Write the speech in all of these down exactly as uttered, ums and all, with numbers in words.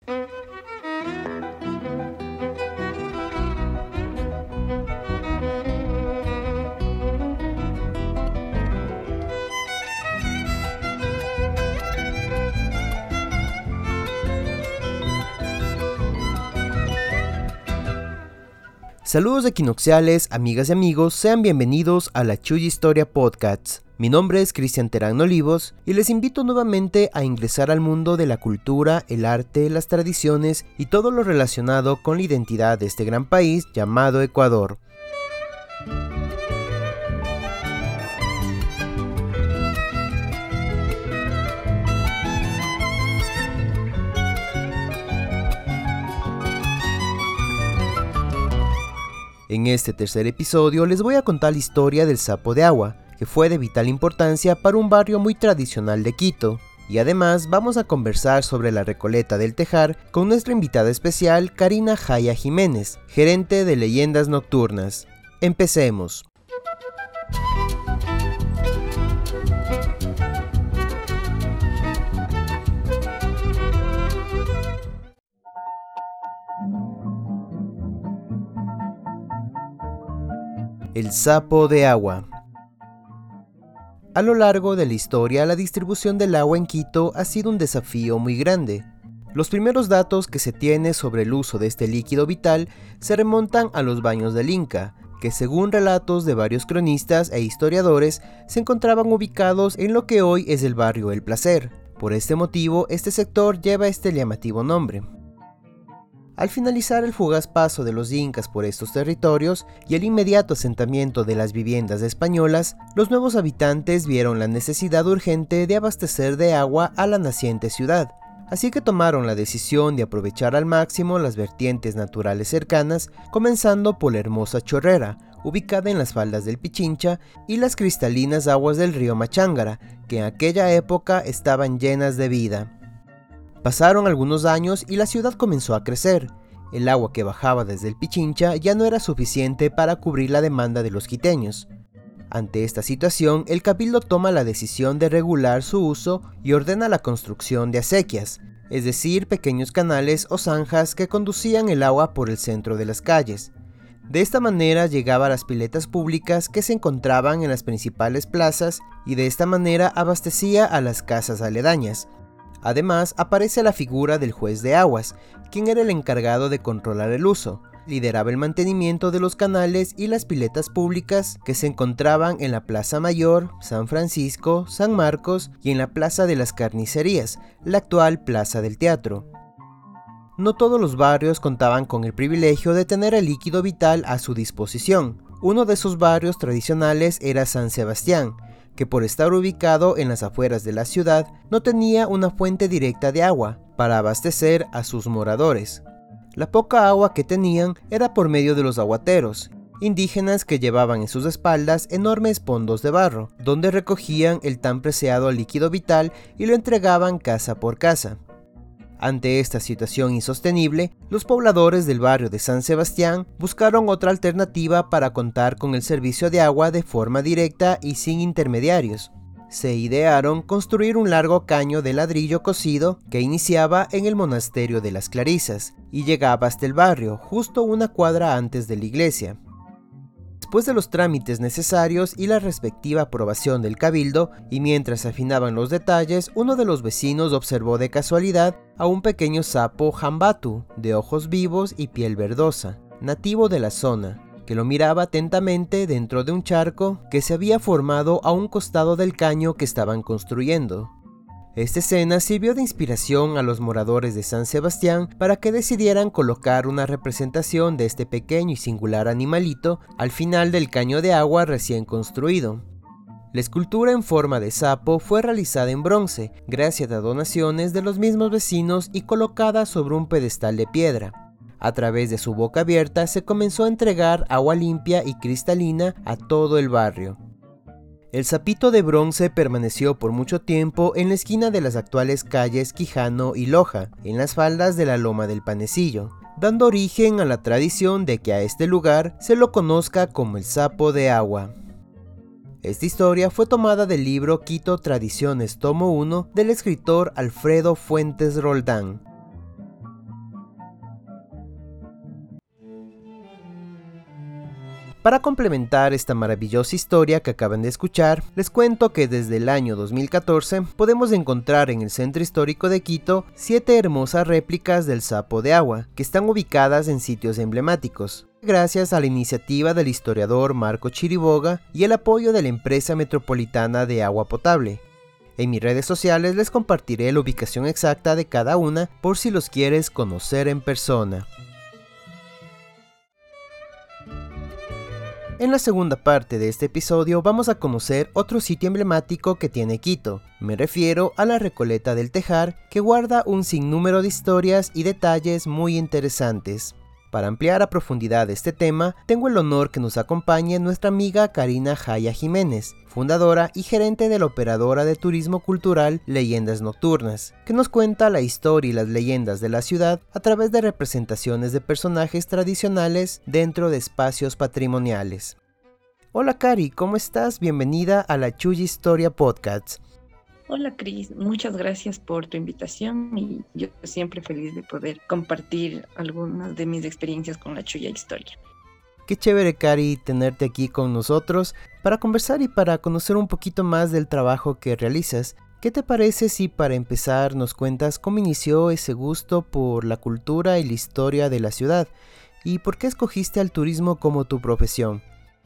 Saludos equinocciales, amigas y amigos, sean bienvenidos a la Chuy Historia Podcast. Mi nombre es Cristian Terán Olivos y les invito nuevamente a ingresar al mundo de la cultura, el arte, las tradiciones y todo lo relacionado con la identidad de este gran país llamado Ecuador. En este tercer episodio les voy a contar la historia del sapo de agua, que fue de vital importancia para un barrio muy tradicional de Quito. Y además vamos a conversar sobre la Recoleta del Tejar con nuestra invitada especial Karina Jaya Jiménez, gerente de Leyendas Nocturnas. Empecemos. El sapo de agua. A lo largo de la historia, la distribución del agua en Quito ha sido un desafío muy grande. Los primeros datos que se tiene sobre el uso de este líquido vital se remontan a los baños del Inca, que según relatos de varios cronistas e historiadores, se encontraban ubicados en lo que hoy es el barrio El Placer. Por este motivo, este sector lleva este llamativo nombre. Al finalizar el fugaz paso de los incas por estos territorios y el inmediato asentamiento de las viviendas españolas, los nuevos habitantes vieron la necesidad urgente de abastecer de agua a la naciente ciudad, así que tomaron la decisión de aprovechar al máximo las vertientes naturales cercanas, comenzando por la hermosa Chorrera, ubicada en las faldas del Pichincha, y las cristalinas aguas del río Machángara, que en aquella época estaban llenas de vida. Pasaron algunos años y la ciudad comenzó a crecer. El agua que bajaba desde el Pichincha ya no era suficiente para cubrir la demanda de los quiteños. Ante esta situación, el cabildo toma la decisión de regular su uso y ordena la construcción de acequias, es decir, pequeños canales o zanjas que conducían el agua por el centro de las calles. De esta manera llegaba a las piletas públicas que se encontraban en las principales plazas y de esta manera abastecía a las casas aledañas. Además, aparece la figura del juez de aguas, quien era el encargado de controlar el uso, lideraba el mantenimiento de los canales y las piletas públicas que se encontraban en la Plaza Mayor, San Francisco, San Marcos y en la Plaza de las Carnicerías, la actual Plaza del Teatro. No todos los barrios contaban con el privilegio de tener el líquido vital a su disposición. Uno de esos barrios tradicionales era San Sebastián, que por estar ubicado en las afueras de la ciudad no tenía una fuente directa de agua para abastecer a sus moradores. La poca agua que tenían era por medio de los aguateros, indígenas que llevaban en sus espaldas enormes pondos de barro, donde recogían el tan preciado líquido vital y lo entregaban casa por casa. Ante esta situación insostenible, los pobladores del barrio de San Sebastián buscaron otra alternativa para contar con el servicio de agua de forma directa y sin intermediarios. Se idearon construir un largo caño de ladrillo cocido que iniciaba en el monasterio de las Clarisas y llegaba hasta el barrio, justo una cuadra antes de la iglesia. Después de los trámites necesarios y la respectiva aprobación del cabildo, y mientras afinaban los detalles, uno de los vecinos observó de casualidad a un pequeño sapo jambatu, de ojos vivos y piel verdosa, nativo de la zona, que lo miraba atentamente dentro de un charco que se había formado a un costado del caño que estaban construyendo. Esta escena sirvió de inspiración a los moradores de San Sebastián para que decidieran colocar una representación de este pequeño y singular animalito al final del caño de agua recién construido. La escultura en forma de sapo fue realizada en bronce, gracias a donaciones de los mismos vecinos y colocada sobre un pedestal de piedra. A través de su boca abierta se comenzó a entregar agua limpia y cristalina a todo el barrio. El sapito de bronce permaneció por mucho tiempo en la esquina de las actuales calles Quijano y Loja, en las faldas de la Loma del Panecillo, dando origen a la tradición de que a este lugar se lo conozca como el sapo de agua. Esta historia fue tomada del libro Quito Tradiciones Tomo uno del escritor Alfredo Fuentes Roldán. Para complementar esta maravillosa historia que acaban de escuchar, les cuento que desde el año dos mil catorce podemos encontrar en el Centro Histórico de Quito siete hermosas réplicas del sapo de agua, que están ubicadas en sitios emblemáticos, gracias a la iniciativa del historiador Marco Chiriboga y el apoyo de la empresa metropolitana de agua potable. En mis redes sociales les compartiré la ubicación exacta de cada una por si los quieres conocer en persona. En la segunda parte de este episodio vamos a conocer otro sitio emblemático que tiene Quito. Me refiero a la Recoleta del Tejar, que guarda un sinnúmero de historias y detalles muy interesantes. Para ampliar a profundidad este tema, tengo el honor que nos acompañe nuestra amiga Karina Jaya Jiménez, fundadora y gerente de la operadora de turismo cultural Leyendas Nocturnas, que nos cuenta la historia y las leyendas de la ciudad a través de representaciones de personajes tradicionales dentro de espacios patrimoniales. Hola Cari, ¿cómo estás? Bienvenida a la Chuya Historia Podcast. Hola Cris, muchas gracias por tu invitación y yo siempre feliz de poder compartir algunas de mis experiencias con la Chuya Historia. Qué chévere, Cari, tenerte aquí con nosotros para conversar y para conocer un poquito más del trabajo que realizas. ¿Qué te parece si para empezar nos cuentas cómo inició ese gusto por la cultura y la historia de la ciudad? ¿Y por qué escogiste al turismo como tu profesión?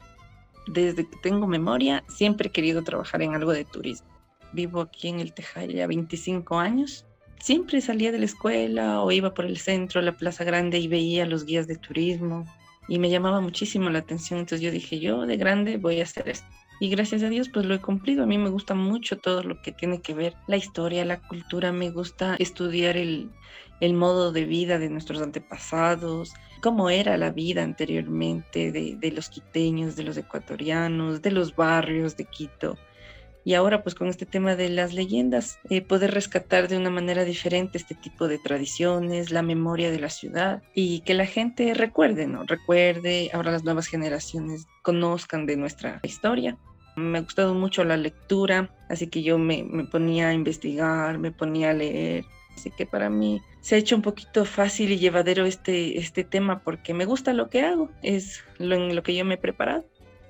Desde que tengo memoria siempre he querido trabajar en algo de turismo. Vivo aquí en el Tejar ya veinticinco años. Siempre salía de la escuela o iba por el centro, la Plaza Grande y veía los guías de turismo y me llamaba muchísimo la atención. Entonces yo dije, yo de grande voy a hacer esto. Y gracias a Dios pues lo he cumplido. A mí me gusta mucho todo lo que tiene que ver la historia, la cultura. Me gusta estudiar el, el modo de vida de nuestros antepasados, cómo era la vida anteriormente de, de los quiteños, de los ecuatorianos, de los barrios de Quito. Y ahora pues con este tema de las leyendas, eh, poder rescatar de una manera diferente este tipo de tradiciones, la memoria de la ciudad y que la gente recuerde, ¿no? Recuerde, ahora las nuevas generaciones conozcan de nuestra historia. Me ha gustado mucho la lectura, así que yo me, me ponía a investigar, me ponía a leer. Así que para mí se ha hecho un poquito fácil y llevadero este, este tema porque me gusta lo que hago, es lo en lo que yo me he preparado.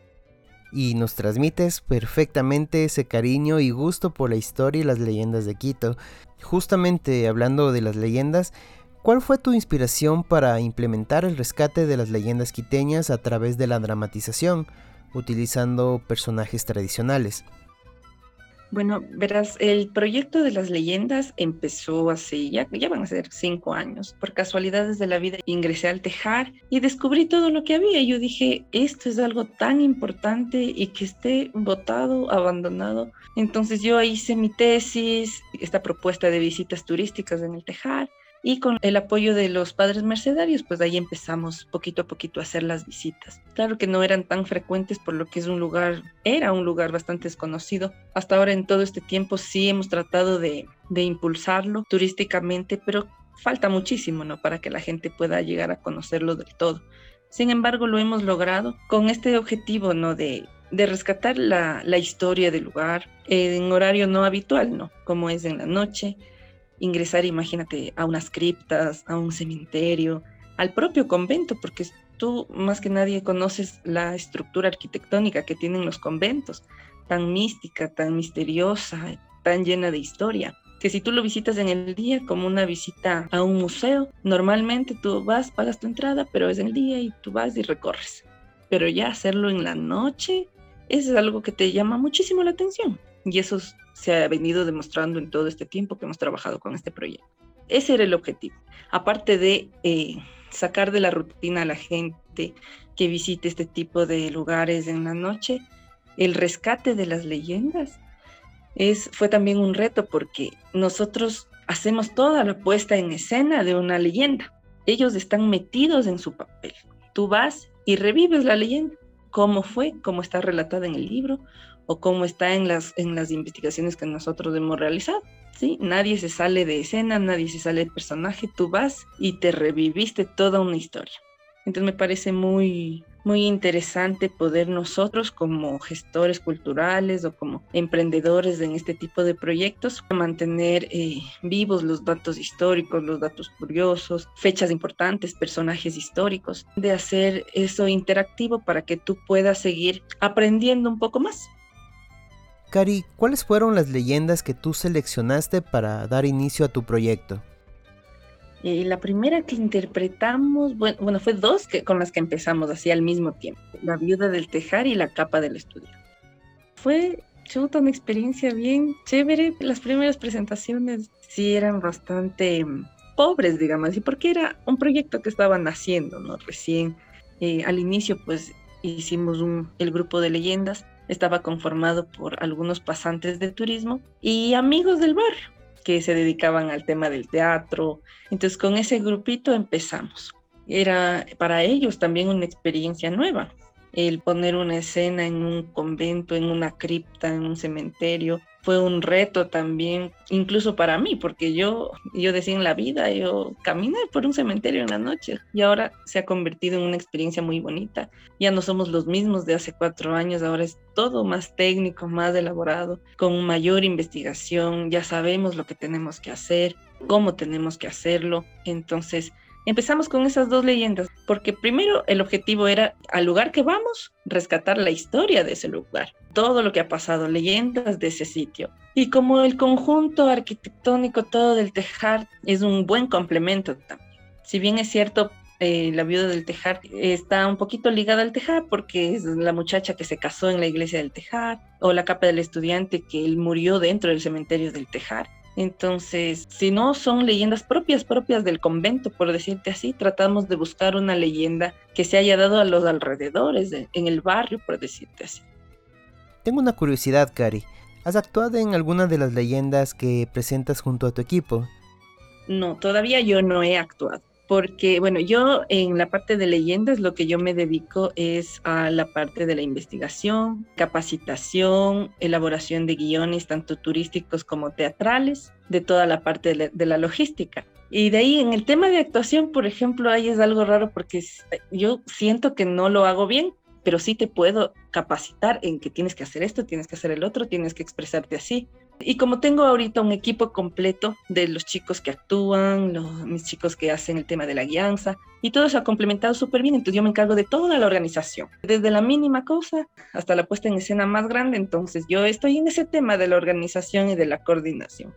Y nos transmites perfectamente ese cariño y gusto por la historia y las leyendas de Quito. Justamente hablando de las leyendas, ¿cuál fue tu inspiración para implementar el rescate de las leyendas quiteñas a través de la dramatización, utilizando personajes tradicionales? Bueno, verás, el proyecto de las leyendas empezó hace, ya, ya van a ser cinco años. Por casualidades de la vida ingresé al Tejar y descubrí todo lo que había. Yo dije, esto es algo tan importante y que esté botado, abandonado. Entonces yo hice mi tesis, esta propuesta de visitas turísticas en el Tejar. Y con el apoyo de los padres mercedarios, pues ahí empezamos poquito a poquito a hacer las visitas. Claro que no eran tan frecuentes por lo que es un lugar, era un lugar bastante desconocido. Hasta ahora en todo este tiempo sí hemos tratado de, de impulsarlo turísticamente, pero falta muchísimo, ¿no? Para que la gente pueda llegar a conocerlo del todo. Sin embargo, lo hemos logrado con este objetivo, ¿no? De, de rescatar la, la historia del lugar en horario no habitual, ¿no? Como es en la noche. Ingresar, imagínate, a unas criptas, a un cementerio, al propio convento, porque tú más que nadie conoces la estructura arquitectónica que tienen los conventos, tan mística, tan misteriosa, tan llena de historia, que si tú lo visitas en el día como una visita a un museo, normalmente tú vas, pagas tu entrada, pero es en el día y tú vas y recorres. Pero ya hacerlo en la noche, eso es algo que te llama muchísimo la atención. Y eso se ha venido demostrando en todo este tiempo que hemos trabajado con este proyecto. Ese era el objetivo. Aparte de eh, sacar de la rutina a la gente que visite este tipo de lugares en la noche, el rescate de las leyendas es, fue también un reto porque nosotros hacemos toda la puesta en escena de una leyenda. Ellos están metidos en su papel. Tú vas y revives la leyenda. ¿Cómo fue? ¿Cómo está relatada en el libro? O cómo está en las, en las investigaciones que nosotros hemos realizado, ¿sí? Nadie se sale de escena, nadie se sale del personaje, tú vas y te reviviste toda una historia. Entonces me parece muy, muy interesante poder nosotros como gestores culturales o como emprendedores en este tipo de proyectos mantener eh, vivos los datos históricos, los datos curiosos, fechas importantes, personajes históricos, de hacer eso interactivo para que tú puedas seguir aprendiendo un poco más. Cari, ¿cuáles fueron las leyendas que tú seleccionaste para dar inicio a tu proyecto? Eh, la primera que interpretamos, bueno, bueno, fue dos que, con las que empezamos así al mismo tiempo, La viuda del tejar y La capa del estudiante. Fue chuta, una experiencia bien chévere. Las primeras presentaciones sí eran bastante mm, pobres, digamos así, porque era un proyecto que estaban haciendo, ¿no? Recién eh, al inicio, pues hicimos un, el grupo de leyendas, estaba conformado por algunos pasantes de turismo y amigos del barrio que se dedicaban al tema del teatro. Entonces, con ese grupito empezamos. Era para ellos también una experiencia nueva, el poner una escena en un convento, en una cripta, en un cementerio. Fue un reto también, incluso para mí, porque yo, yo decía en la vida, yo caminé por un cementerio en la noche y ahora se ha convertido en una experiencia muy bonita. Ya no somos los mismos de hace cuatro años, ahora es todo más técnico, más elaborado, con mayor investigación, ya sabemos lo que tenemos que hacer, cómo tenemos que hacerlo. Entonces, empezamos con esas dos leyendas, porque primero el objetivo era, al lugar que vamos, rescatar la historia de ese lugar, todo lo que ha pasado, leyendas de ese sitio. Y como el conjunto arquitectónico todo del tejar es un buen complemento también. Si bien es cierto, eh, la viuda del tejar está un poquito ligada al tejar porque es la muchacha que se casó en la iglesia del tejar, o la capa del estudiante que él murió dentro del cementerio del tejar. Entonces, si no son leyendas propias, propias del convento, por decirte así, tratamos de buscar una leyenda que se haya dado a los alrededores, de, en el barrio, por decirte así. Tengo una curiosidad, Cari. ¿Has actuado en alguna de las leyendas que presentas junto a tu equipo? No, todavía yo no he actuado. Porque, bueno, yo en la parte de leyendas lo que yo me dedico es a la parte de la investigación, capacitación, elaboración de guiones, tanto turísticos como teatrales, de toda la parte de la, de la logística. Y de ahí en el tema de actuación, por ejemplo, ahí es algo raro porque yo siento que no lo hago bien, pero sí te puedo capacitar en que tienes que hacer esto, tienes que hacer el otro, tienes que expresarte así. Y como tengo ahorita un equipo completo de los chicos que actúan, los, mis chicos que hacen el tema de la guianza, y todo se ha complementado súper bien, entonces yo me encargo de toda la organización, desde la mínima cosa hasta la puesta en escena más grande, entonces yo estoy en ese tema de la organización y de la coordinación.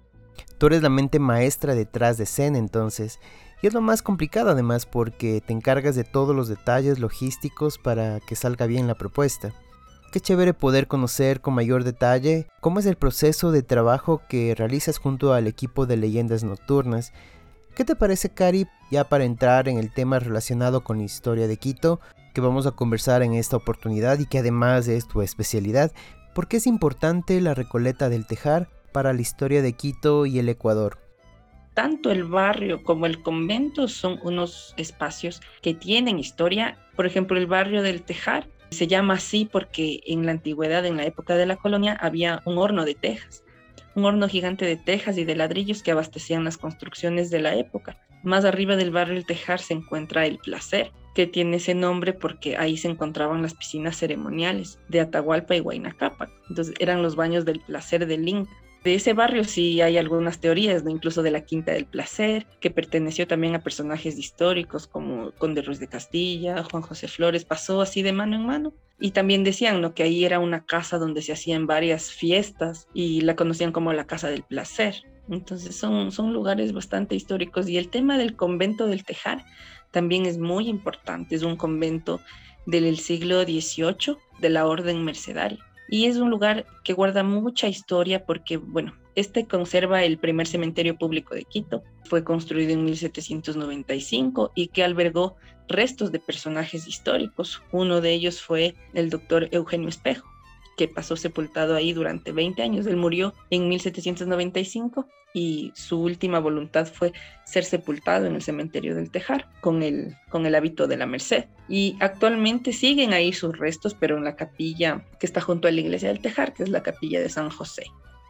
Tú eres la mente maestra detrás de escena entonces, y es lo más complicado además porque te encargas de todos los detalles logísticos para que salga bien la propuesta. Qué chévere poder conocer con mayor detalle cómo es el proceso de trabajo que realizas junto al equipo de Leyendas Nocturnas. ¿Qué te parece, Cari, ya para entrar en el tema relacionado con la historia de Quito, que vamos a conversar en esta oportunidad y que además es tu especialidad? ¿Por qué es importante la Recoleta del Tejar para la historia de Quito y el Ecuador? Tanto el barrio como el convento son unos espacios que tienen historia. Por ejemplo, el barrio del Tejar se llama así porque en la antigüedad, en la época de la colonia, había un horno de tejas, un horno gigante de tejas y de ladrillos que abastecían las construcciones de la época. Más arriba del barrio El Tejar se encuentra El Placer, que tiene ese nombre porque ahí se encontraban las piscinas ceremoniales de Atahualpa y Huayna Cápac. Entonces eran los baños del placer del Inca. De ese barrio sí hay algunas teorías, ¿no? Incluso de la Quinta del Placer, que perteneció también a personajes históricos como Conde Ruiz de Castilla, Juan José Flores, pasó así de mano en mano. Y también decían, ¿no?, que ahí era una casa donde se hacían varias fiestas y la conocían como la Casa del Placer. Entonces son, son lugares bastante históricos. Y el tema del convento del Tejar también es muy importante. Es un convento del siglo dieciocho de la Orden Mercedaria. Y es un lugar que guarda mucha historia porque, bueno, este conserva el primer cementerio público de Quito. Fue construido en mil setecientos noventa y cinco y que albergó restos de personajes históricos. Uno de ellos fue el doctor Eugenio Espejo, que pasó sepultado ahí durante veinte años. Él murió en mil setecientos noventa y cinco y su última voluntad fue ser sepultado en el cementerio del Tejar con el, con el hábito de la Merced. Y actualmente siguen ahí sus restos, pero en la capilla que está junto a la iglesia del Tejar, que es la capilla de San José.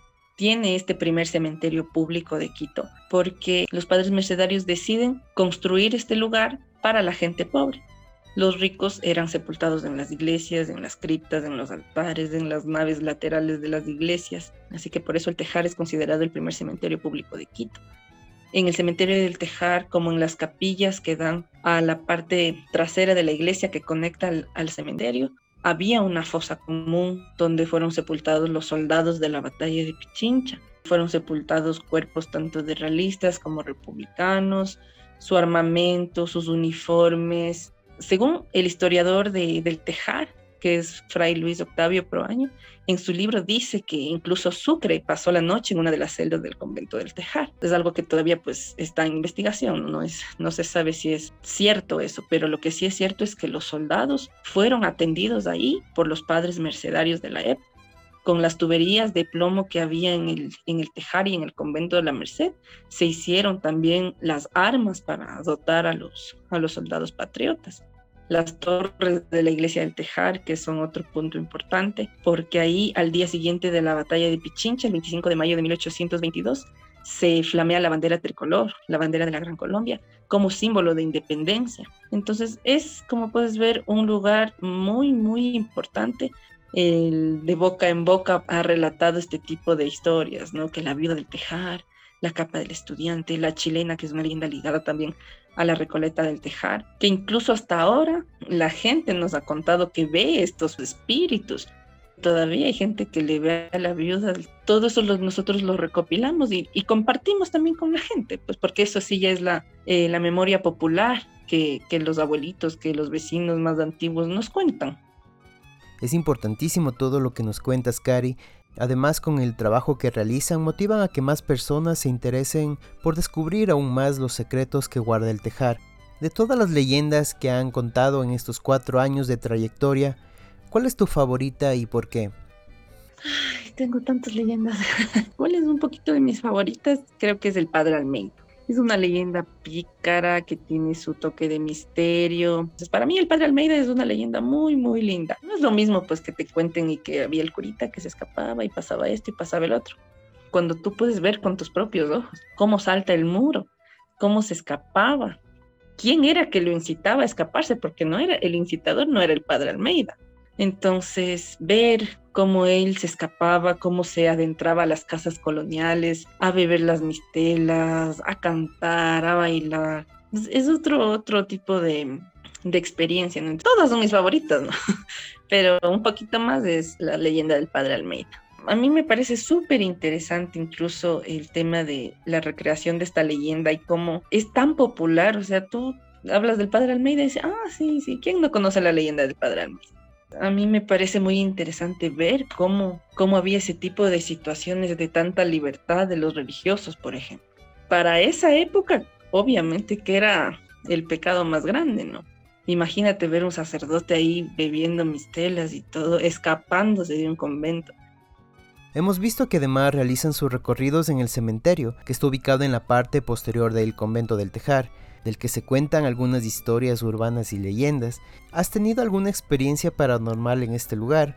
Tiene este primer cementerio público de Quito porque los padres mercedarios deciden construir este lugar para la gente pobre. Los ricos eran sepultados en las iglesias, en las criptas, en los altares, en las naves laterales de las iglesias. Así que por eso el Tejar es considerado el primer cementerio público de Quito. En el cementerio del Tejar, como en las capillas que dan a la parte trasera de la iglesia que conecta al, al cementerio, había una fosa común donde fueron sepultados los soldados de la batalla de Pichincha. Fueron sepultados cuerpos tanto de realistas como republicanos, su armamento, sus uniformes. Según el historiador de, del Tejar, que es Fray Luis Octavio Proaño, en su libro dice que incluso Sucre pasó la noche en una de las celdas del convento del Tejar. Es algo que todavía pues está en investigación, no, es, no se sabe si es cierto eso, pero lo que sí es cierto es que los soldados fueron atendidos ahí por los padres mercedarios de la época. Con las tuberías de plomo que había en el, en el Tejar y en el convento de la Merced, se hicieron también las armas para dotar a los, a los soldados patriotas. Las torres de la iglesia del Tejar, que son otro punto importante, porque ahí al día siguiente de la batalla de Pichincha, el veinticinco de mayo de mil ochocientos veintidós, se flamea la bandera tricolor, la bandera de la Gran Colombia, como símbolo de independencia. Entonces es, como puedes ver, un lugar muy, muy importante. El de boca en boca ha relatado este tipo de historias, ¿no? Que la viuda del Tejar, la capa del estudiante, la chilena, que es una leyenda ligada también a la Recoleta del Tejar, que incluso hasta ahora la gente nos ha contado que ve estos espíritus. Todavía hay gente que le ve a la viuda. Todo eso lo, nosotros lo recopilamos y, y compartimos también con la gente, pues porque eso sí ya es la, eh, la memoria popular que, que los abuelitos, que los vecinos más antiguos nos cuentan. Es importantísimo todo lo que nos cuentas, Cari. Además, con el trabajo que realizan, motivan a que más personas se interesen por descubrir aún más los secretos que guarda el Tejar. De todas las leyendas que han contado en estos cuatro años de trayectoria, ¿cuál es tu favorita y por qué? Ay, tengo tantas leyendas. ¿Cuál es un poquito de mis favoritas? Creo que es el Padre Almeida. Es una leyenda pícara que tiene su toque de misterio. Entonces, para mí el Padre Almeida es una leyenda muy, muy linda. No es lo mismo pues que te cuenten y que había el curita que se escapaba y pasaba esto y pasaba el otro. Cuando tú puedes ver con tus propios ojos cómo salta el muro, cómo se escapaba, quién era que lo incitaba a escaparse, porque no era el incitador, no era el Padre Almeida. Entonces, ver cómo él se escapaba, cómo se adentraba a las casas coloniales, a beber las mistelas, a cantar, a bailar. Es otro, otro tipo de, de experiencia, ¿no? Todas son mis favoritas, ¿no? Pero un poquito más es la leyenda del Padre Almeida. A mí me parece súper interesante incluso el tema de la recreación de esta leyenda y cómo es tan popular. O sea, tú hablas del Padre Almeida y dices, ah, sí, sí, ¿quién no conoce la leyenda del Padre Almeida? A mí me parece muy interesante ver cómo, cómo había ese tipo de situaciones de tanta libertad de los religiosos, por ejemplo. Para esa época, obviamente que era el pecado más grande, ¿no? Imagínate ver un sacerdote ahí bebiendo mistelas y todo, escapándose de un convento. Hemos visto que además realizan sus recorridos en el cementerio, que está ubicado en la parte posterior del convento del Tejar, del que se cuentan algunas historias urbanas y leyendas. ¿Has tenido alguna experiencia paranormal en este lugar?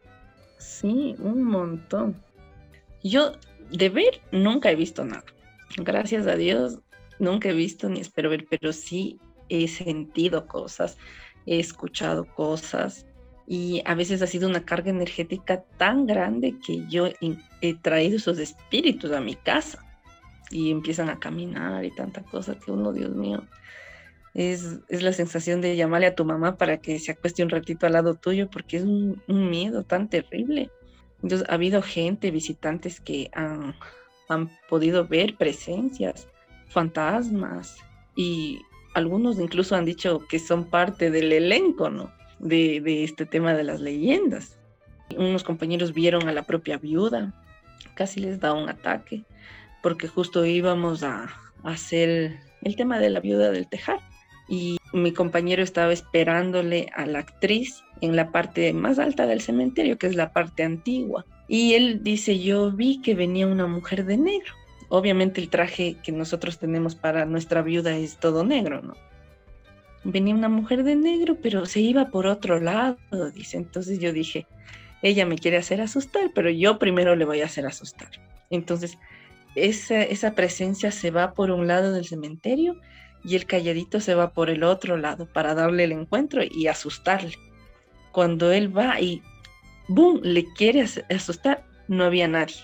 Sí, un montón. Yo de ver nunca he visto nada. Gracias a Dios nunca he visto ni espero ver, pero sí he sentido cosas, he escuchado cosas y a veces ha sido una carga energética tan grande que yo he traído esos espíritus a mi casa. Y empiezan a caminar y tanta cosa que uno, Dios mío, es, es la sensación de llamarle a tu mamá para que se acueste un ratito al lado tuyo, porque es un, un miedo tan terrible. Entonces ha habido gente, visitantes que han, han podido ver presencias, fantasmas, y algunos incluso han dicho que son parte del elenco, ¿no? De, de este tema de las leyendas. Unos compañeros vieron a la propia viuda, casi les da un ataque, porque justo íbamos a, a hacer el tema de la viuda del Tejar y mi compañero estaba esperándole a la actriz en la parte más alta del cementerio, que es la parte antigua, y él dice, yo vi que venía una mujer de negro. Obviamente el traje que nosotros tenemos para nuestra viuda es todo negro, ¿no? Venía una mujer de negro, pero se iba por otro lado, dice. Entonces yo dije, ella me quiere hacer asustar, pero yo primero le voy a hacer asustar. Entonces Esa, esa presencia se va por un lado del cementerio y el calladito se va por el otro lado para darle el encuentro y asustarle. Cuando él va y ¡boom!, le quiere asustar, no había nadie.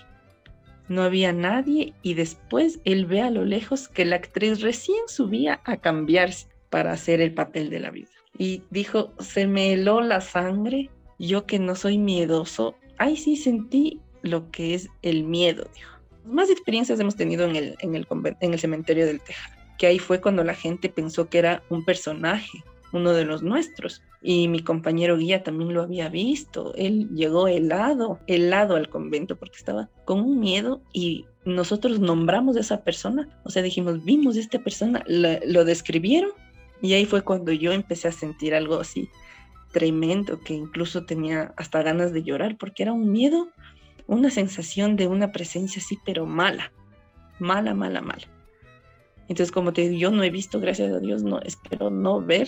No había nadie y después él ve a lo lejos que la actriz recién subía a cambiarse para hacer el papel de la vida. Y dijo, se me heló la sangre, yo que no soy miedoso, ahí sí sentí lo que es el miedo, dijo. Más experiencias hemos tenido en el, en el, en el cementerio del Tejar, que ahí fue cuando la gente pensó que era un personaje, uno de los nuestros. Y mi compañero guía también lo había visto. Él llegó helado, helado al convento porque estaba con un miedo y nosotros nombramos a esa persona. O sea, dijimos, vimos a esta persona, la, lo describieron y ahí fue cuando yo empecé a sentir algo así tremendo, que incluso tenía hasta ganas de llorar porque era un miedo, una sensación de una presencia así, pero mala, mala, mala, mala. Entonces, como te digo, yo no he visto, gracias a Dios, no espero no ver,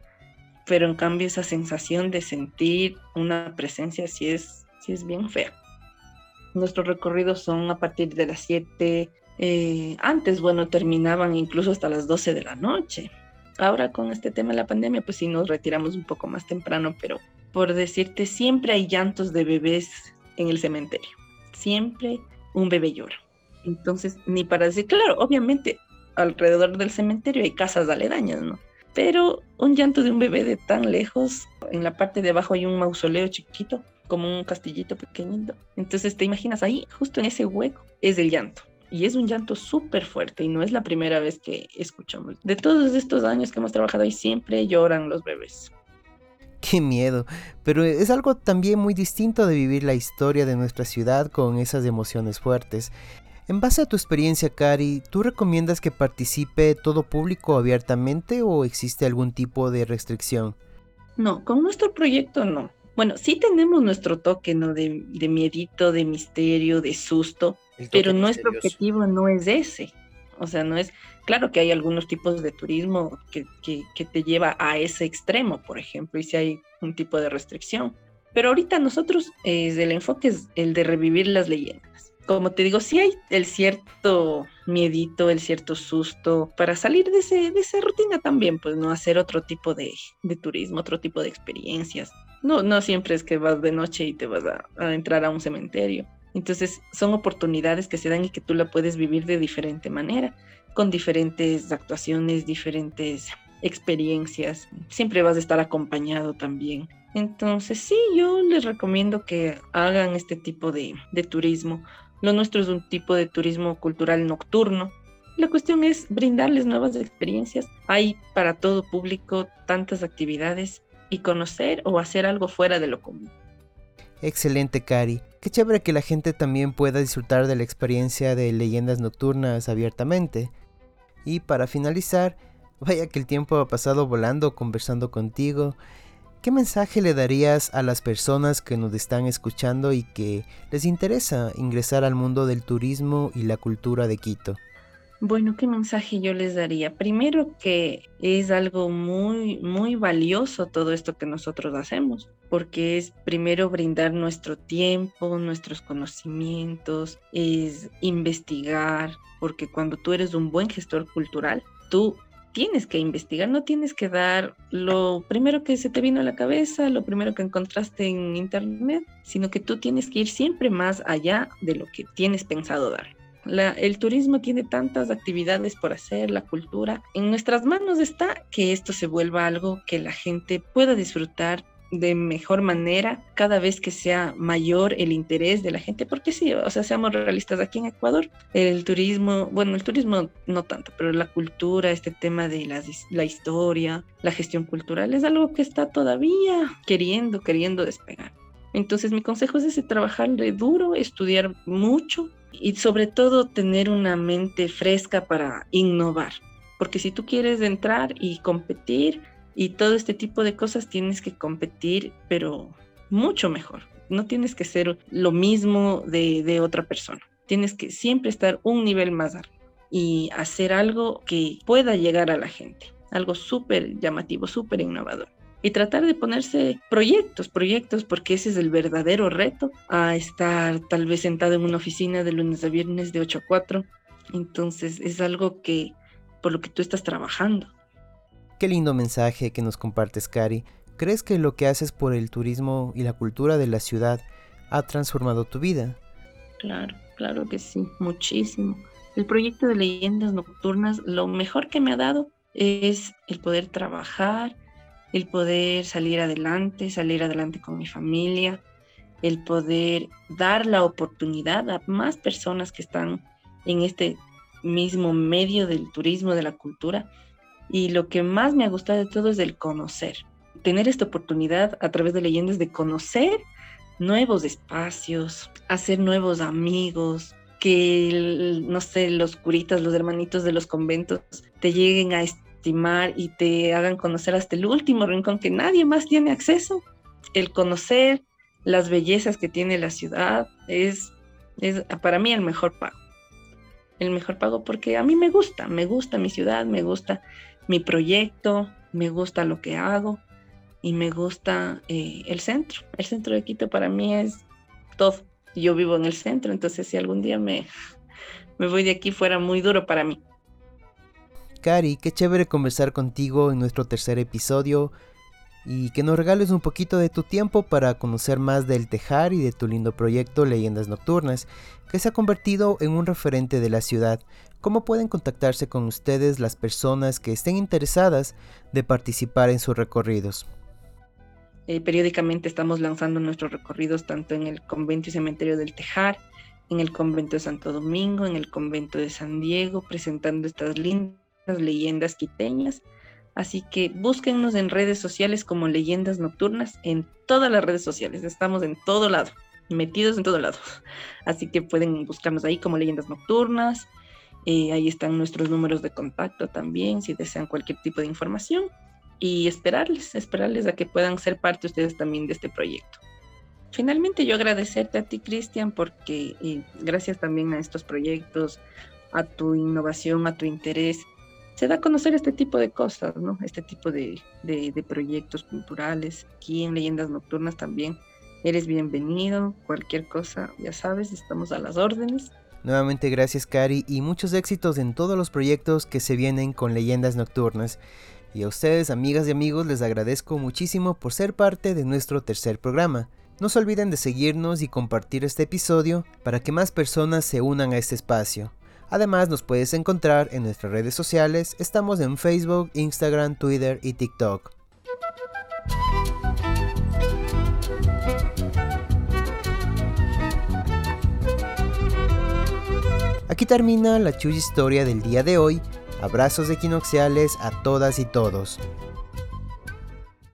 pero en cambio esa sensación de sentir una presencia sí es, sí es bien fea. Nuestros recorridos son a partir de las siete, eh, antes, bueno, terminaban incluso hasta las doce de la noche. Ahora con este tema de la pandemia, pues sí nos retiramos un poco más temprano, pero por decirte, siempre hay llantos de bebés en el cementerio. Siempre un bebé llora. Entonces, ni para decir, claro, obviamente alrededor del cementerio hay casas aledañas, ¿no? Pero un llanto de un bebé de tan lejos, en la parte de abajo hay un mausoleo chiquito, como un castillito pequeñito. Entonces te imaginas ahí, justo en ese hueco, es el llanto. Y es un llanto súper fuerte y no es la primera vez que escuchamos. De todos estos años que hemos trabajado ahí, siempre lloran los bebés. ¡Qué miedo! Pero es algo también muy distinto de vivir la historia de nuestra ciudad con esas emociones fuertes. En base a tu experiencia, Cari, ¿tú recomiendas que participe todo público abiertamente o existe algún tipo de restricción? No, con nuestro proyecto no. Bueno, sí tenemos nuestro toque, ¿no? De, de miedito, de misterio, de susto, pero nuestro objetivo no es ese. O sea, no es... Claro que hay algunos tipos de turismo que, que, que te lleva a ese extremo, por ejemplo, y si hay un tipo de restricción. Pero ahorita nosotros, eh, el enfoque es el de revivir las leyendas. Como te digo, sí hay el cierto miedito, el cierto susto para salir de, ese, de esa rutina también, pues no hacer otro tipo de, de turismo, otro tipo de experiencias. No, no siempre es que vas de noche y te vas a, a entrar a un cementerio. Entonces son oportunidades que se dan y que tú la puedes vivir de diferente manera, con diferentes actuaciones, diferentes experiencias. Siempre vas a estar acompañado también. Entonces sí, yo les recomiendo que hagan este tipo de, de turismo. Lo nuestro es un tipo de turismo cultural nocturno. La cuestión es brindarles nuevas experiencias. Hay para todo público tantas actividades y conocer o hacer algo fuera de lo común. Excelente, Cari. Qué chévere que la gente también pueda disfrutar de la experiencia de leyendas nocturnas abiertamente. Y para finalizar, vaya que el tiempo ha pasado volando conversando contigo. ¿Qué mensaje le darías a las personas que nos están escuchando y que les interesa ingresar al mundo del turismo y la cultura de Quito? Bueno, ¿qué mensaje yo les daría? Primero que es algo muy, muy valioso todo esto que nosotros hacemos, porque es primero brindar nuestro tiempo, nuestros conocimientos, es investigar, porque cuando tú eres un buen gestor cultural, tú tienes que investigar, no tienes que dar lo primero que se te vino a la cabeza, lo primero que encontraste en internet, sino que tú tienes que ir siempre más allá de lo que tienes pensado dar. La, el turismo tiene tantas actividades por hacer, la cultura. En nuestras manos está que esto se vuelva algo que la gente pueda disfrutar de mejor manera cada vez que sea mayor el interés de la gente, porque sí, o sea, seamos realistas, aquí en Ecuador el turismo, bueno, el turismo no tanto, pero la cultura, este tema de la, la historia, la gestión cultural es algo que está todavía queriendo, queriendo despegar. Entonces mi consejo es ese, trabajarle duro, estudiar mucho y sobre todo tener una mente fresca para innovar, porque si tú quieres entrar y competir y todo este tipo de cosas, tienes que competir, pero mucho mejor. No tienes que ser lo mismo de, de otra persona. Tienes que siempre estar un nivel más alto y hacer algo que pueda llegar a la gente. Algo súper llamativo, súper innovador. Y tratar de ponerse proyectos, proyectos, porque ese es el verdadero reto, a estar tal vez sentado en una oficina de lunes a viernes de ocho a cuatro. Entonces es algo que por lo que tú estás trabajando. Qué lindo mensaje que nos compartes, Cari. ¿Crees que lo que haces por el turismo y la cultura de la ciudad ha transformado tu vida? Claro, claro que sí, muchísimo. El proyecto de Leyendas Nocturnas, lo mejor que me ha dado es el poder trabajar, el poder salir adelante, salir adelante con mi familia, el poder dar la oportunidad a más personas que están en este mismo medio del turismo, de la cultura. Y lo que más me ha gustado de todo es el conocer. Tener esta oportunidad a través de Leyendas de conocer nuevos espacios, hacer nuevos amigos, que, no sé, los curitas, los hermanitos de los conventos te lleguen a estimar y te hagan conocer hasta el último rincón que nadie más tiene acceso. El conocer las bellezas que tiene la ciudad es, es para mí el mejor pago. El mejor pago porque a mí me gusta, me gusta mi ciudad, me gusta mi proyecto, me gusta lo que hago y me gusta eh, el centro. El centro de Quito para mí es todo. Yo vivo en el centro, entonces si algún día me, me voy de aquí fuera muy duro para mí. Cari, qué chévere conversar contigo en nuestro tercer episodio y que nos regales un poquito de tu tiempo para conocer más del Tejar y de tu lindo proyecto Leyendas Nocturnas, que se ha convertido en un referente de la ciudad. ¿Cómo pueden contactarse con ustedes las personas que estén interesadas de participar en sus recorridos? Eh, periódicamente estamos lanzando nuestros recorridos tanto en el convento y cementerio del Tejar, en el convento de Santo Domingo, en el convento de San Diego, presentando estas lindas leyendas quiteñas. Así que búsquennos en redes sociales como Leyendas Nocturnas, en todas las redes sociales, estamos en todo lado, metidos en todo lado. Así que pueden buscarnos ahí como Leyendas Nocturnas, eh, ahí están nuestros números de contacto también, si desean cualquier tipo de información. Y esperarles, esperarles a que puedan ser parte ustedes también de este proyecto. Finalmente yo agradecerte a ti, Cristian, porque eh, gracias también a estos proyectos, a tu innovación, a tu interés, se da a conocer este tipo de cosas, ¿no? Este tipo de, de, de proyectos culturales. Aquí en Leyendas Nocturnas también eres bienvenido, cualquier cosa, ya sabes, estamos a las órdenes. Nuevamente gracias, Cari, y muchos éxitos en todos los proyectos que se vienen con Leyendas Nocturnas. Y a ustedes, amigas y amigos, les agradezco muchísimo por ser parte de nuestro tercer programa. No se olviden de seguirnos y compartir este episodio para que más personas se unan a este espacio. Además, nos puedes encontrar en nuestras redes sociales, estamos en Facebook, Instagram, Twitter y TikTok. Aquí termina la chulla historia del día de hoy. Abrazos equinocciales a todas y todos.